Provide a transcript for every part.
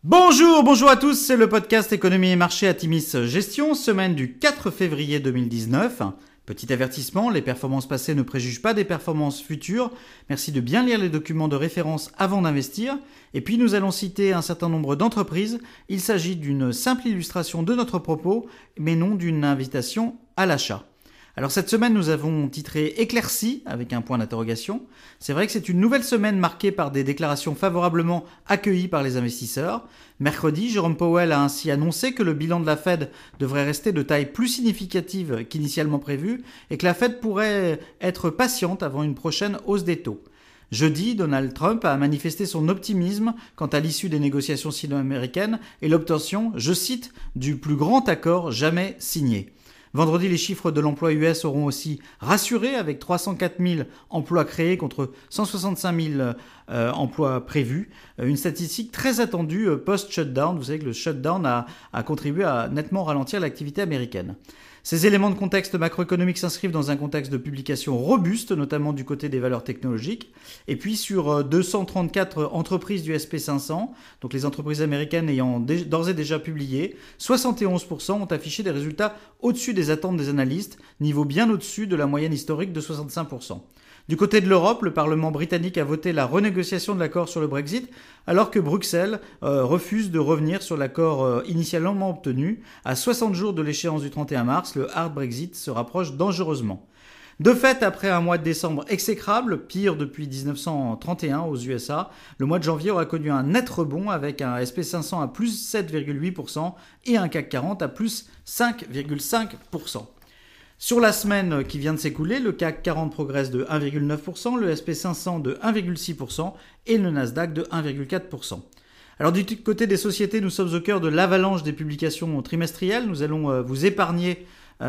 Bonjour à tous, c'est le podcast Économie et Marché Atimis Gestion, semaine du 4 février 2019. Petit avertissement, les performances passées ne préjugent pas des performances futures. Merci de bien lire les documents de référence avant d'investir. Et puis nous allons citer un certain nombre d'entreprises. Il s'agit d'une simple illustration de notre propos, mais non d'une invitation à l'achat. Alors cette semaine, nous avons titré « Éclairci » avec un point d'interrogation. C'est vrai que c'est une nouvelle semaine marquée par des déclarations favorablement accueillies par les investisseurs. Mercredi, Jérôme Powell a ainsi annoncé que le bilan de la Fed devrait rester de taille plus significative qu'initialement prévu et que la Fed pourrait être patiente avant une prochaine hausse des taux. Jeudi, Donald Trump a manifesté son optimisme quant à l'issue des négociations sino-américaines et l'obtention, je cite, du plus grand accord jamais signé. Vendredi, les chiffres de l'emploi US auront aussi rassuré avec 304 000 emplois créés contre 165 000 emplois prévus. Une statistique très attendue post-shutdown. Vous savez que le shutdown a contribué à nettement ralentir l'activité américaine. Ces éléments de contexte macroéconomique s'inscrivent dans un contexte de publication robuste, notamment du côté des valeurs technologiques. Et puis sur 234 entreprises du SP500, donc les entreprises américaines ayant d'ores et déjà publié, 71% ont affiché des résultats au-dessus des attentes des analystes, niveau bien au-dessus de la moyenne historique de 65%. Du côté de l'Europe, le Parlement britannique a voté la renégociation de l'accord sur le Brexit, alors que Bruxelles refuse de revenir sur l'accord initialement obtenu. À 60 jours de l'échéance du 31 mars, le hard Brexit se rapproche dangereusement. De fait, après un mois de décembre exécrable, pire depuis 1931 aux USA, le mois de janvier aura connu un net rebond avec un SP500 à plus 7,8% et un CAC 40 à plus 5,5%. Sur la semaine qui vient de s'écouler, le CAC 40 progresse de 1,9%, le SP500 de 1,6% et le Nasdaq de 1,4%. Alors du côté des sociétés, nous sommes au cœur de l'avalanche des publications trimestrielles. Nous allons vous épargner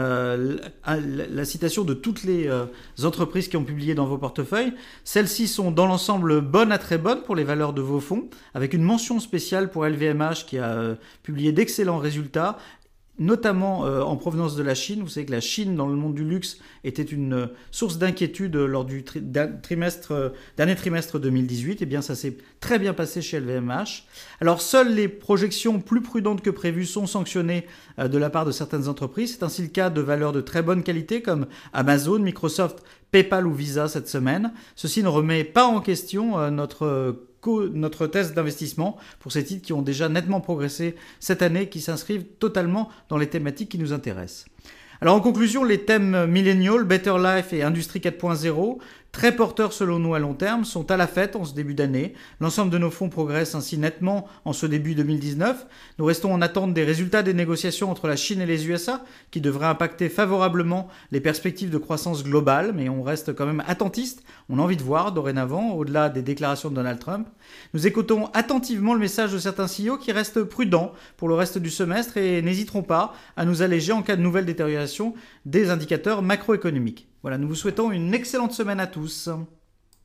la citation de toutes les entreprises qui ont publié dans vos portefeuilles. Celles-ci sont dans l'ensemble bonnes à très bonnes pour les valeurs de vos fonds, avec une mention spéciale pour LVMH qui a publié d'excellents résultats, notamment en provenance de la Chine. Vous savez que la Chine, dans le monde du luxe, était une source d'inquiétude lors du dernier trimestre 2018. Eh bien, ça s'est très bien passé chez LVMH. Alors, seules les projections plus prudentes que prévues sont sanctionnées de la part de certaines entreprises. C'est ainsi le cas de valeurs de très bonne qualité comme Amazon, Microsoft, PayPal ou Visa cette semaine. Ceci ne remet pas en question notre thèse d'investissement pour ces titres qui ont déjà nettement progressé cette année et qui s'inscrivent totalement dans les thématiques qui nous intéressent. Alors en conclusion, les thèmes Millennial, Better Life et Industrie 4.0, très porteurs selon nous à long terme, sont à la fête en ce début d'année. L'ensemble de nos fonds progresse ainsi nettement en ce début 2019. Nous restons en attente des résultats des négociations entre la Chine et les USA qui devraient impacter favorablement les perspectives de croissance globale, mais on reste quand même attentiste. On a envie de voir dorénavant, au-delà des déclarations de Donald Trump. Nous écoutons attentivement le message de certains CEO qui restent prudents pour le reste du semestre et n'hésiteront pas à nous alléger en cas de nouvelle détérioration des indicateurs macroéconomiques. Voilà, nous vous souhaitons une excellente semaine à tous.